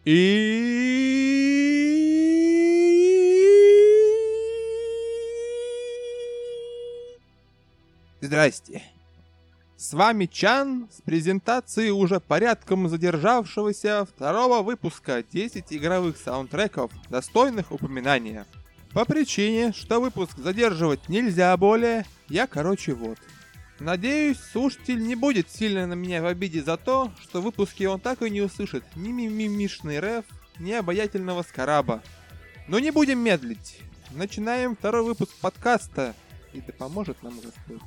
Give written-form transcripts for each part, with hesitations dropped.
Здрасте. С вами Чан с презентацией уже порядком задержавшегося второго выпуска 10 игровых саундтреков, достойных упоминания. По причине, что выпуск задерживать нельзя более, я вот. Надеюсь, слушатель не будет сильно на меня в обиде за то, что в выпуске он так и не услышит ни мимимишный рэп, ни обаятельного скараба. Но не будем медлить. Начинаем второй выпуск подкаста, и да поможет нам Господь.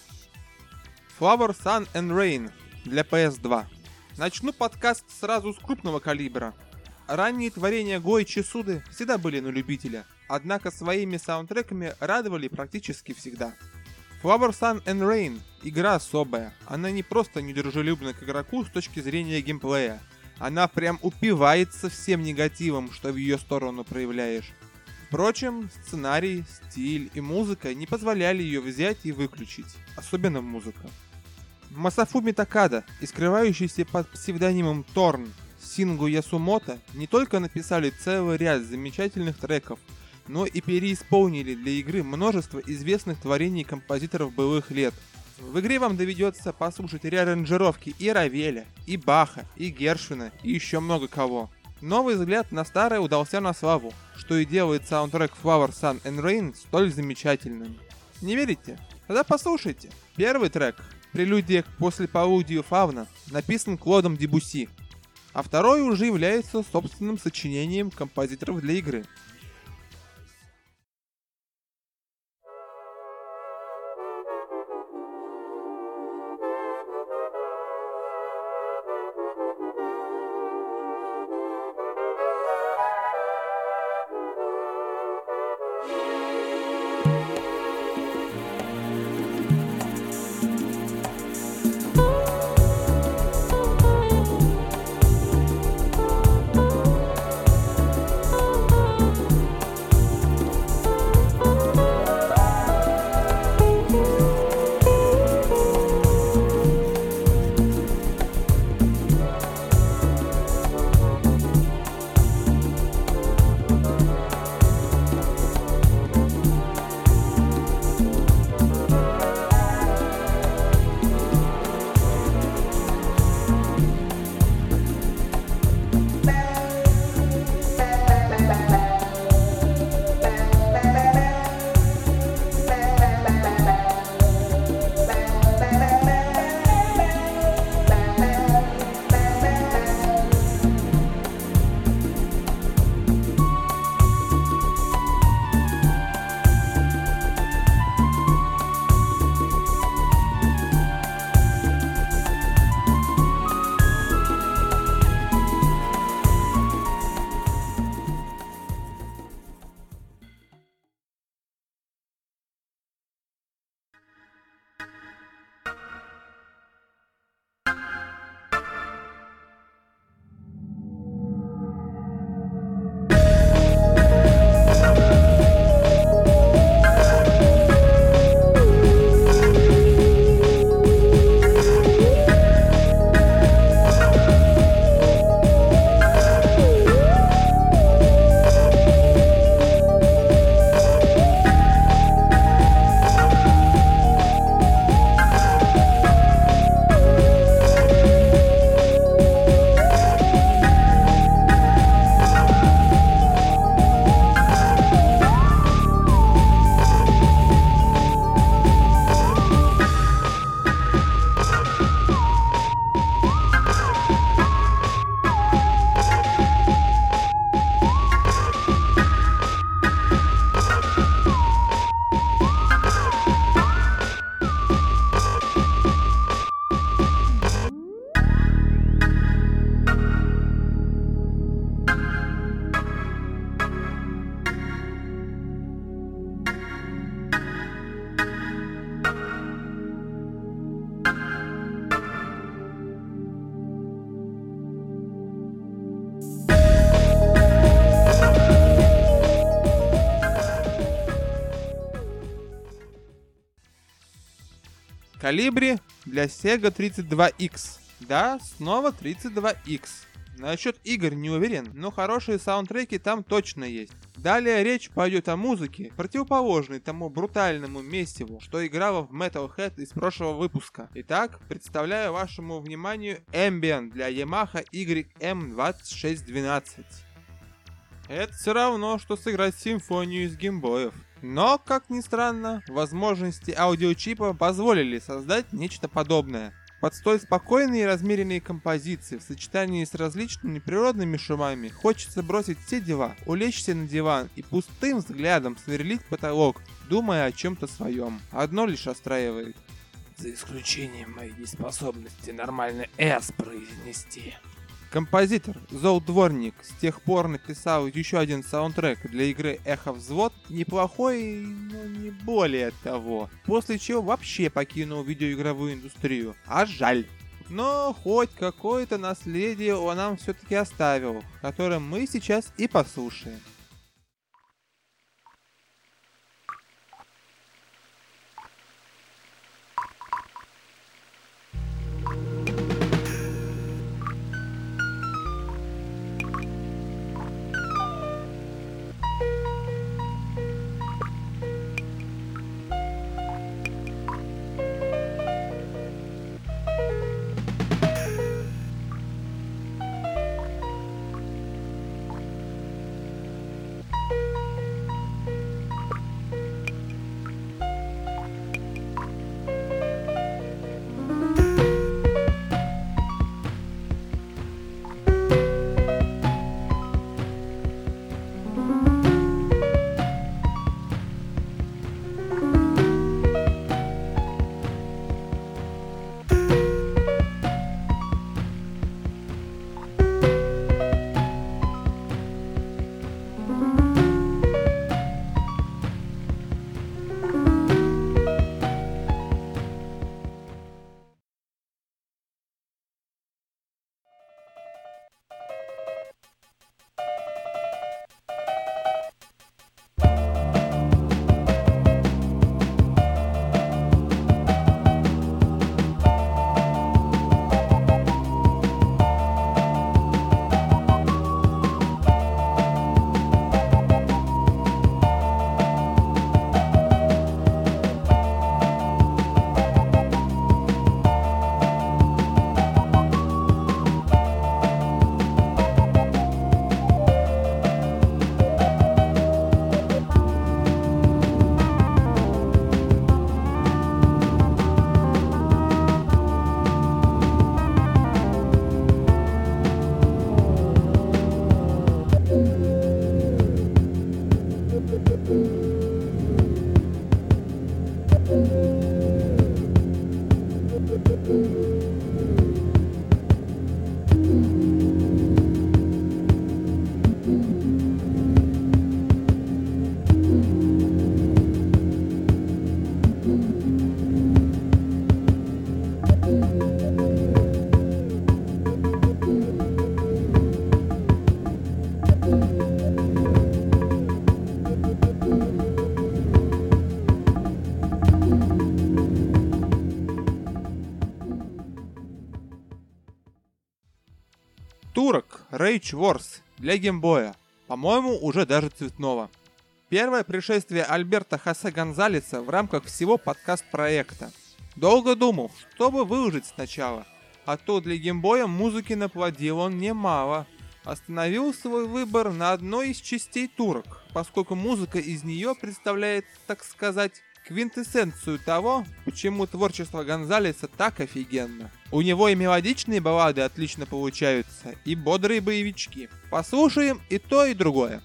Flower, Sun and Rain для PS2. Начну подкаст сразу с крупного калибра. Ранние творения Гоичи Суды всегда были на любителя, однако своими саундтреками радовали практически всегда. Flower, Sun and Rain — игра особая. Она не просто недружелюбна к игроку с точки зрения геймплея. Она прям упивается всем негативом, что в ее сторону проявляешь. Впрочем, сценарий, стиль и музыка не позволяли ее взять и выключить, особенно музыка. Масафуми Такада и скрывающийся под псевдонимом Торн Сингу Ясумото не только написали целый ряд замечательных треков, но и переисполнили для игры множество известных творений композиторов былых лет. В игре вам доведется послушать реаранжировки и Равеля, и Баха, и Гершвина, и еще много кого. Новый взгляд на старое удался на славу, что и делает саундтрек Flower, Sun and Rain столь замечательным. Не верите? Тогда послушайте. Первый трек, прелюдия к послеполудию Фавна, написан Клодом Дебюсси, а второй уже является собственным сочинением композиторов для игры. Колибри для Sega 32X. Да, снова 32X. Насчет игр не уверен, но хорошие саундтреки там точно есть. Далее речь пойдет о музыке, противоположной тому брутальному месиву, что играло в Metalhead из прошлого выпуска. Итак, представляю вашему вниманию Ambient для Yamaha YM2612. Это все равно, что сыграть симфонию из геймбоев. Но, как ни странно, возможности аудиочипа позволили создать нечто подобное. Под столь спокойные и размеренные композиции в сочетании с различными природными шумами хочется бросить все дела, улечься на диван и пустым взглядом сверлить потолок, думая о чем-то своем. Одно лишь расстраивает. За исключением моей неспособности нормально «с» произнести. Композитор Зол Дворник с тех пор написал еще один саундтрек для игры Эхо Взвод, неплохой, но не более того, после чего вообще покинул видеоигровую индустрию, а жаль. Но хоть какое-то наследие он нам все-таки оставил, которое мы сейчас и послушаем. Турок Rage Wars для геймбоя, по-моему, уже даже цветного. Первое пришествие Альберто Хосе Гонзалеса в рамках всего подкаст-проекта. Долго думал, чтобы выложить сначала, а то для геймбоя музыки наплодил он немало. Остановил свой выбор на одной из частей Турок, поскольку музыка из нее представляет, так сказать, квинтэссенцию того, почему творчество Гонзалеса так офигенно. У него и мелодичные баллады отлично получаются, и бодрые боевички. Послушаем и то, и другое.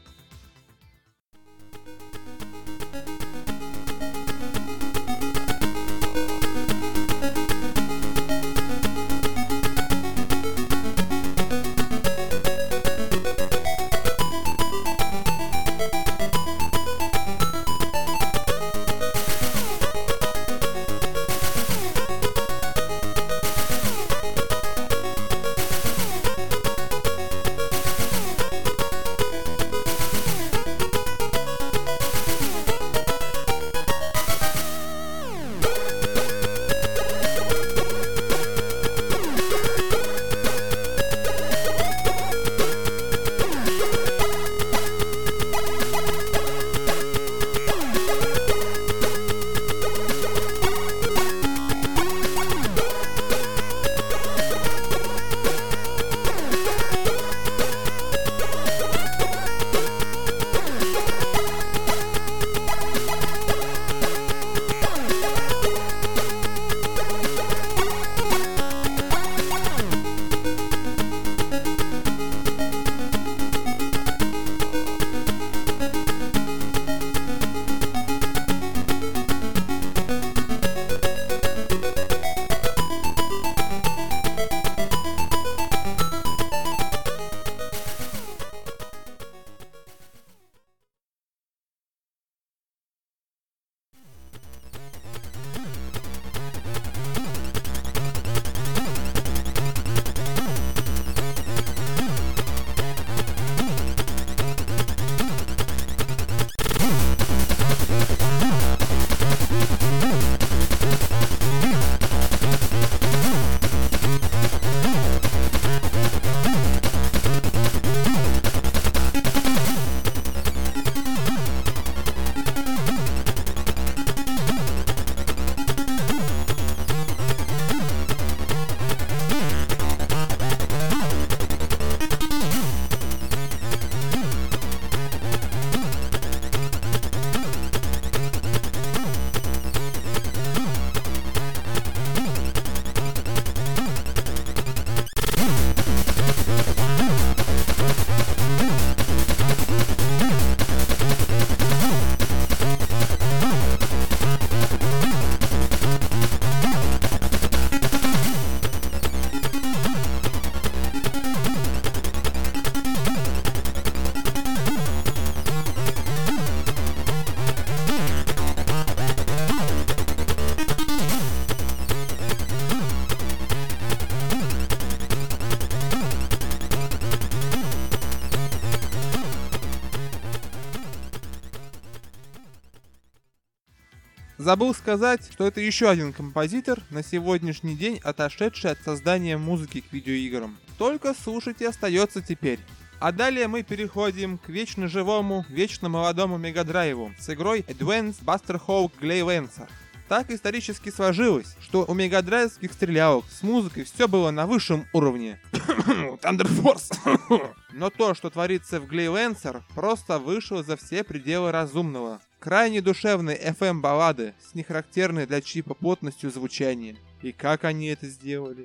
забыл сказать, что это еще один композитор, на сегодняшний день отошедший от создания музыки к видеоиграм. Только слушать и остается теперь. А далее мы переходим к вечно живому, вечно молодому Мегадрайву с игрой Advanced Buster Hawk Glay Lancer. Так исторически сложилось, что у мегадрайвских стрелялок с музыкой все было на высшем уровне. Thunder Force. Но то, что творится в Glay Lancer, просто вышло за все пределы разумного. Крайне душевные FM-баллады с нехарактерной для чипа плотностью звучания. И как они это сделали?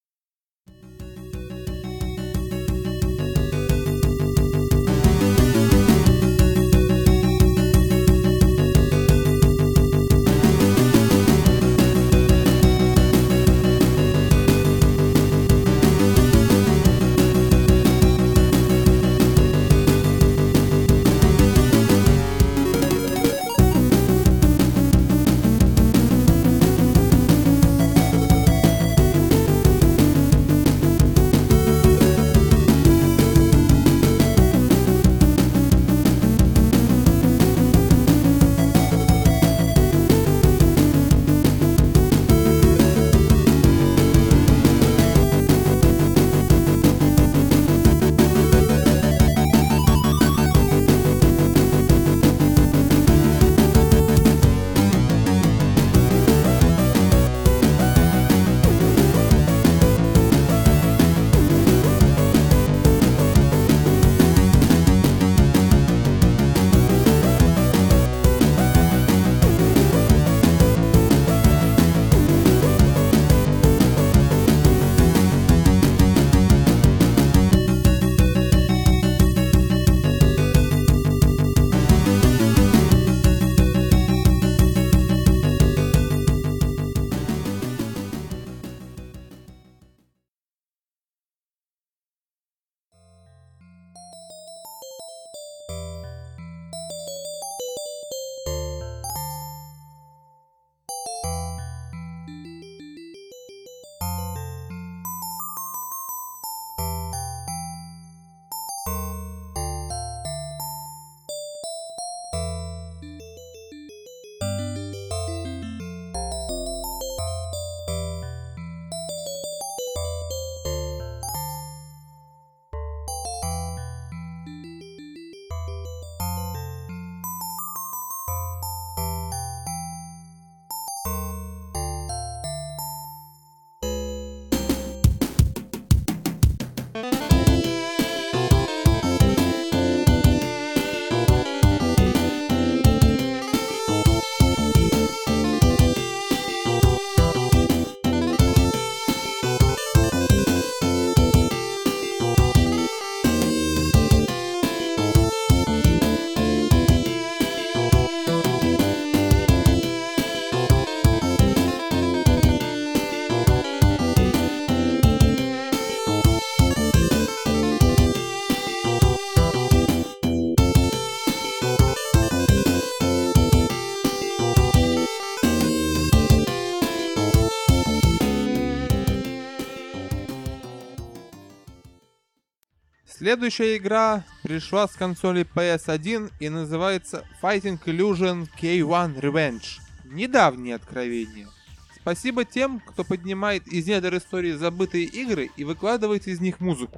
Следующая игра пришла с консоли PS1 и называется Fighting Illusion K1 Revenge. Недавнее откровение. Спасибо тем, кто поднимает из недр истории забытые игры и выкладывает из них музыку.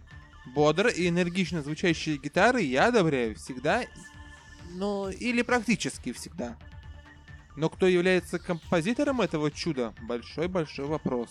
Бодро и энергично звучащие гитары я одобряю всегда, или практически всегда. Но кто является композитором этого чуда, большой-большой вопрос.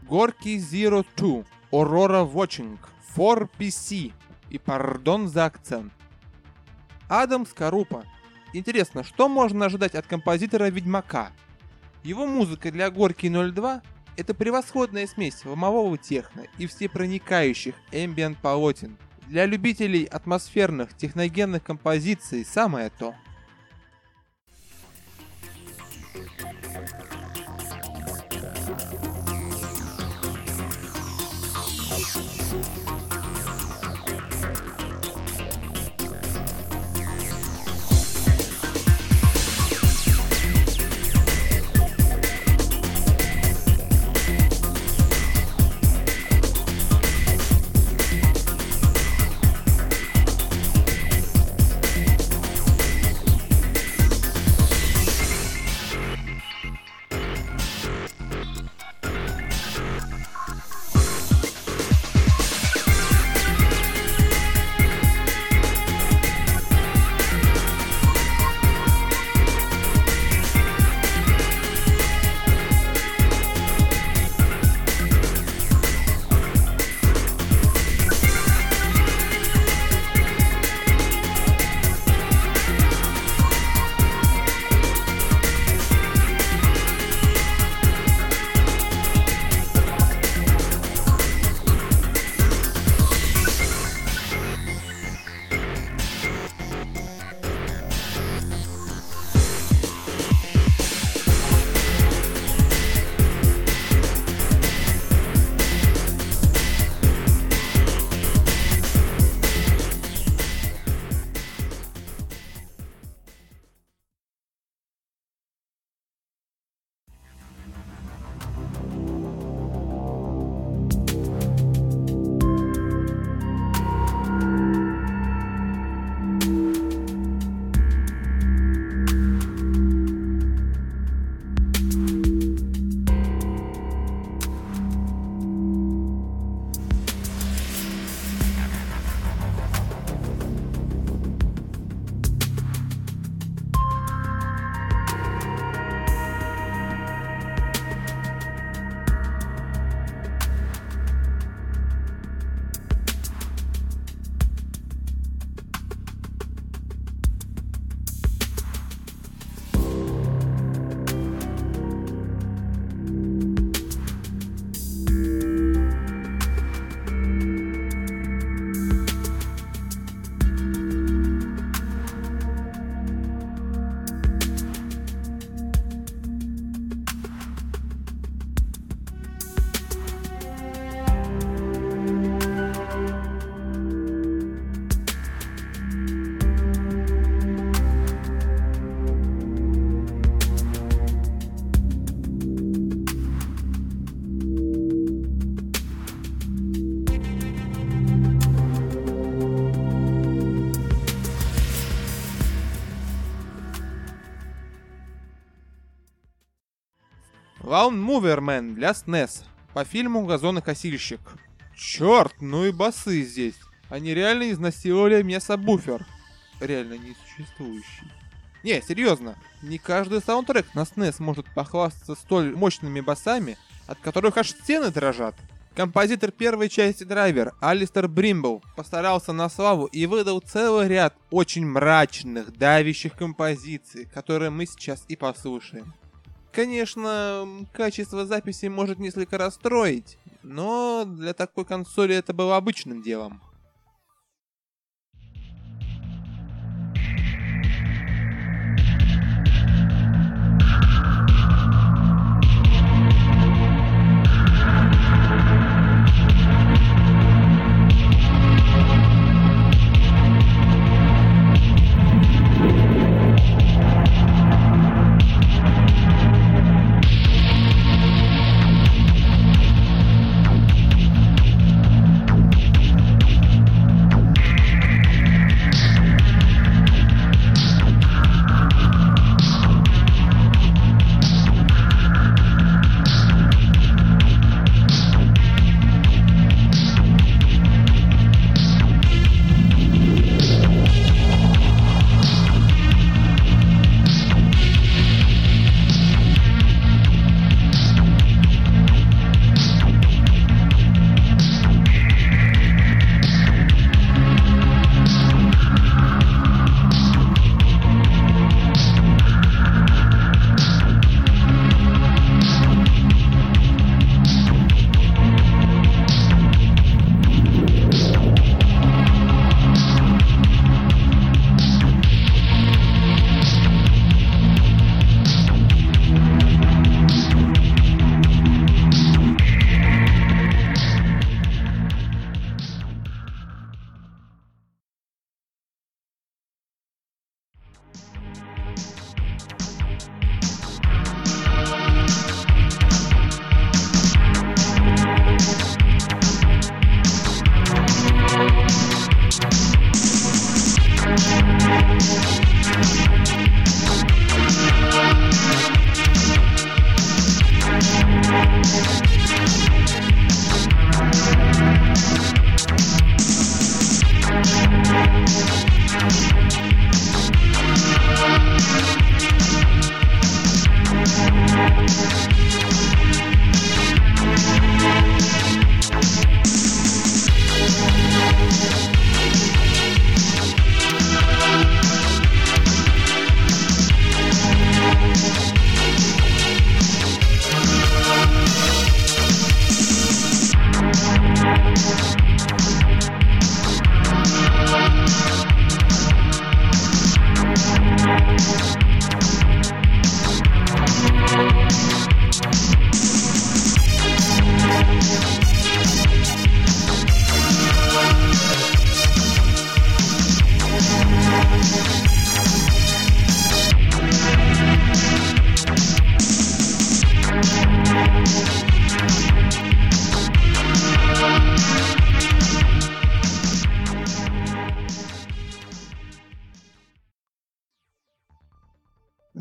Gorky Zero 2, Aurora Watching, For PC. И пардон за акцент. Адам Скорупа. Интересно, что можно ожидать от композитора Ведьмака? Его музыка для Горки 02 — это превосходная смесь ломового техно и всепроникающих ambient полотен. Для любителей атмосферных техногенных композиций самое то. Lawn Mover Man для SNES по фильму «Газонокосильщик». Черт, ну и басы здесь. Они реально изнасиловали мясобуфер. Реально несуществующий. Не, серьезно. Не каждый саундтрек на SNES может похвастаться столь мощными басами, от которых аж стены дрожат. Композитор первой части Драйвер Алистер Бримбл постарался на славу и выдал целый ряд очень мрачных, давящих композиций, которые мы сейчас и послушаем. Конечно, качество записи может несколько расстроить, но для такой консоли это было обычным делом.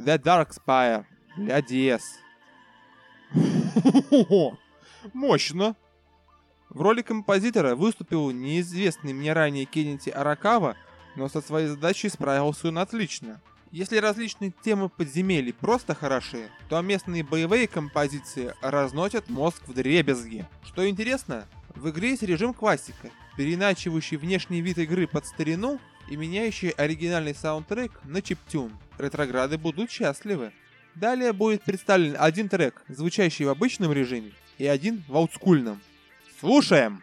The Dark Spire для DS. Мощно! В роли композитора выступил неизвестный мне ранее Кенити Аракава, но со своей задачей справился он отлично. Если различные темы подземелий просто хороши, то местные боевые композиции разносят мозг вдребезги. Что интересно, в игре есть режим классика, переиначивающий внешний вид игры под старину и меняющий оригинальный саундтрек на чиптюн. Ретрограды будут счастливы. Далее будет представлен один трек, звучащий в обычном режиме, и один в олдскульном. Слушаем!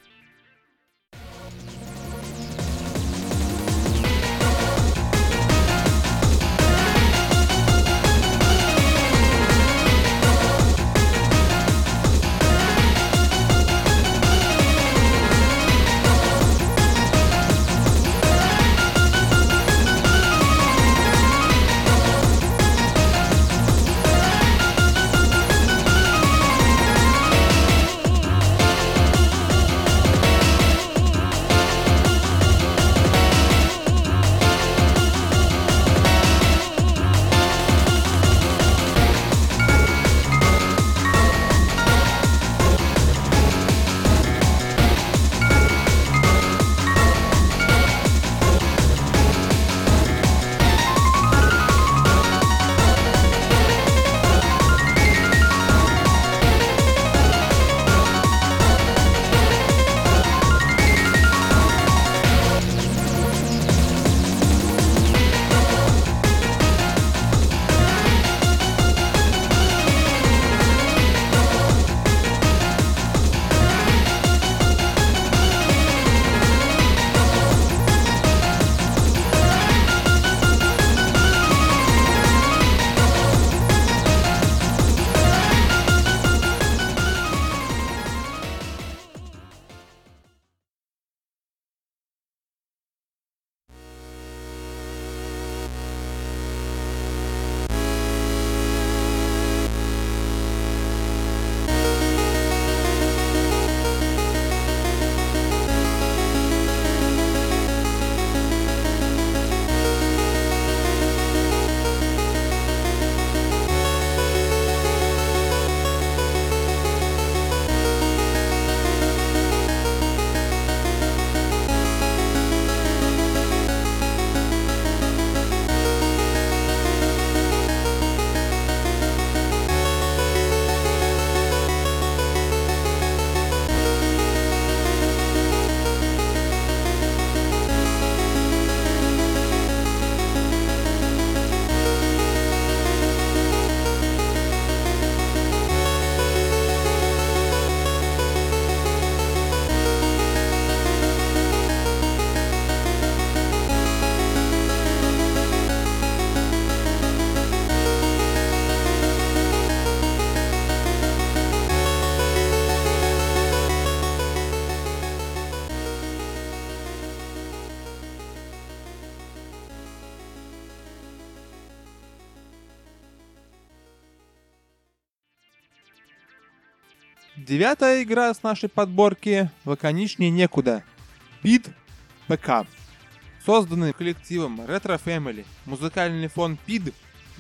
Девятая игра с нашей подборки лаконичнее некуда. PID ПК. Созданный коллективом Retro Family, музыкальный фон PID,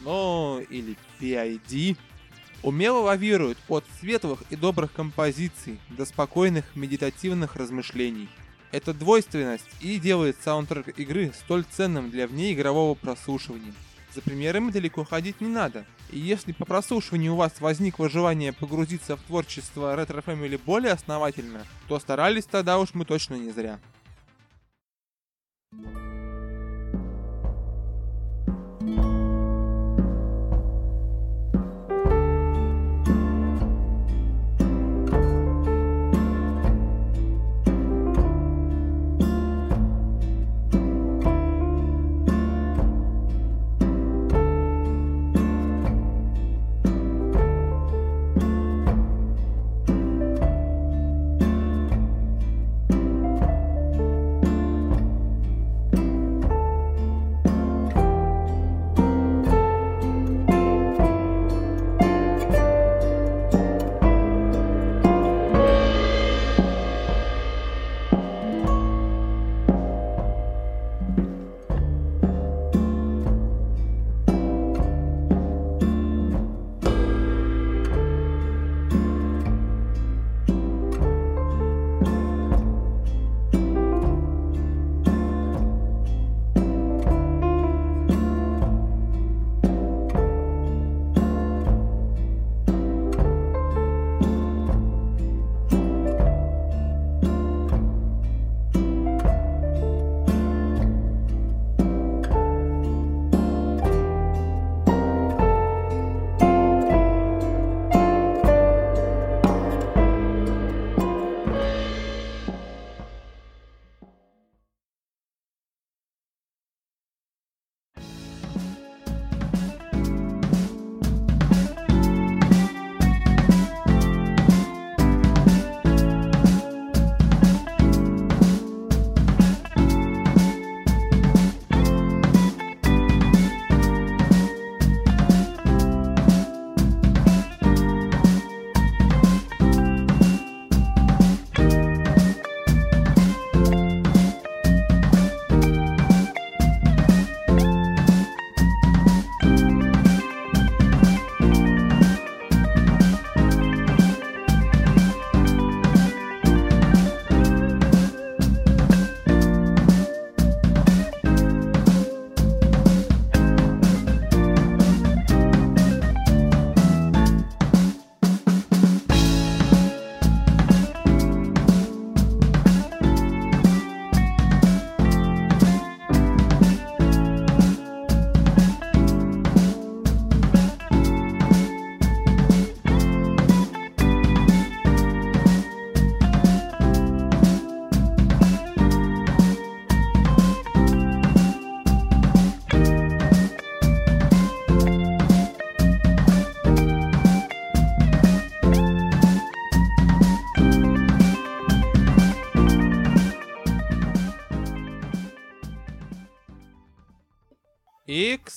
или PID, умело лавирует от светлых и добрых композиций до спокойных медитативных размышлений. Эта двойственность и делает саундтрек игры столь ценным для внеигрового прослушивания. За примерами далеко ходить не надо. И если по прослушиванию у вас возникло желание погрузиться в творчество Retro Family более основательно, то старались тогда уж мы точно не зря.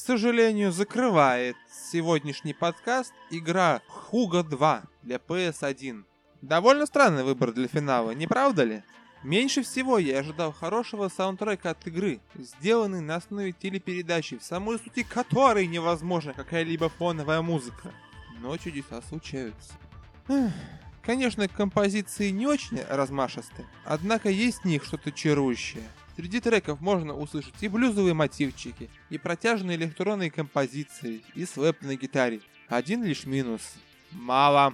сожалению, закрывает сегодняшний подкаст игра Hugo 2 для PS1. Довольно странный выбор для финала, не правда ли? Меньше всего я ожидал хорошего саундтрека от игры, сделанный на основе телепередачи, в самой сути которой невозможна какая-либо фоновая музыка. Но чудеса случаются. Конечно, композиции не очень размашисты, однако есть в них что-то чарующее. Среди треков можно услышать и блюзовые мотивчики, и протяжные электронные композиции, и слэп на гитаре. Один лишь минус. Мало.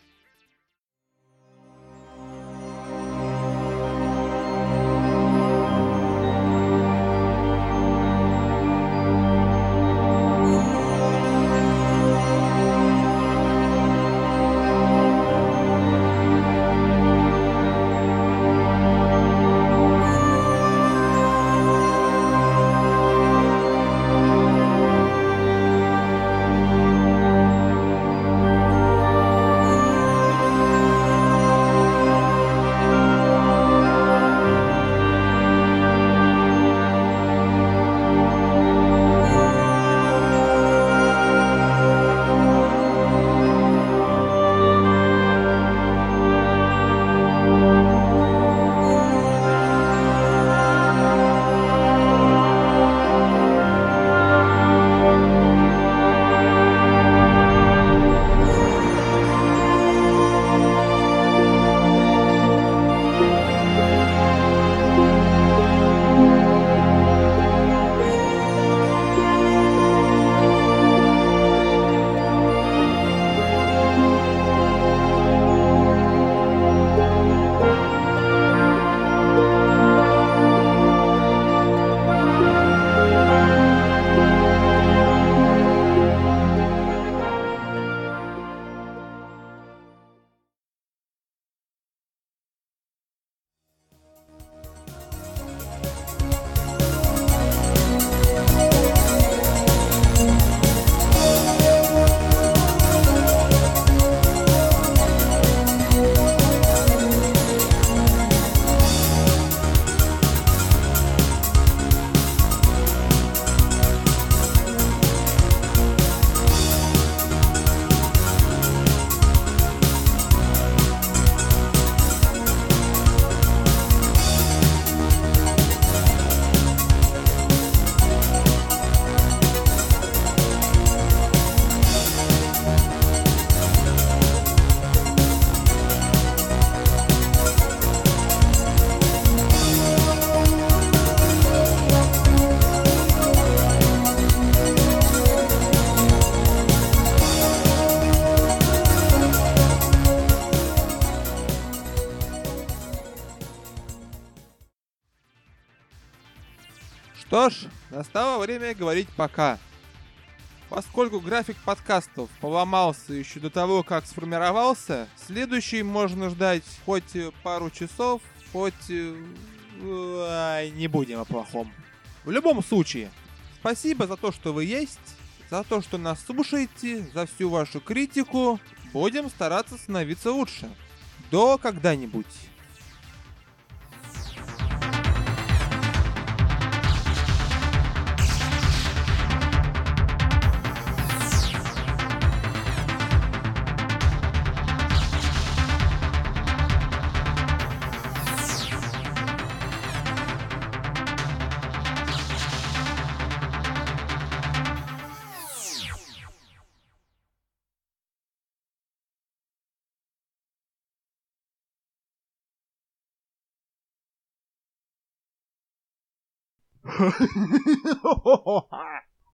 Что ж, настало время говорить пока. Поскольку график подкастов поломался еще до того, как сформировался, следующий можно ждать хоть пару часов, хоть... не будем о плохом. В любом случае, спасибо за то, что вы есть, за то, что нас слушаете, за всю вашу критику. Будем стараться становиться лучше. До когда-нибудь.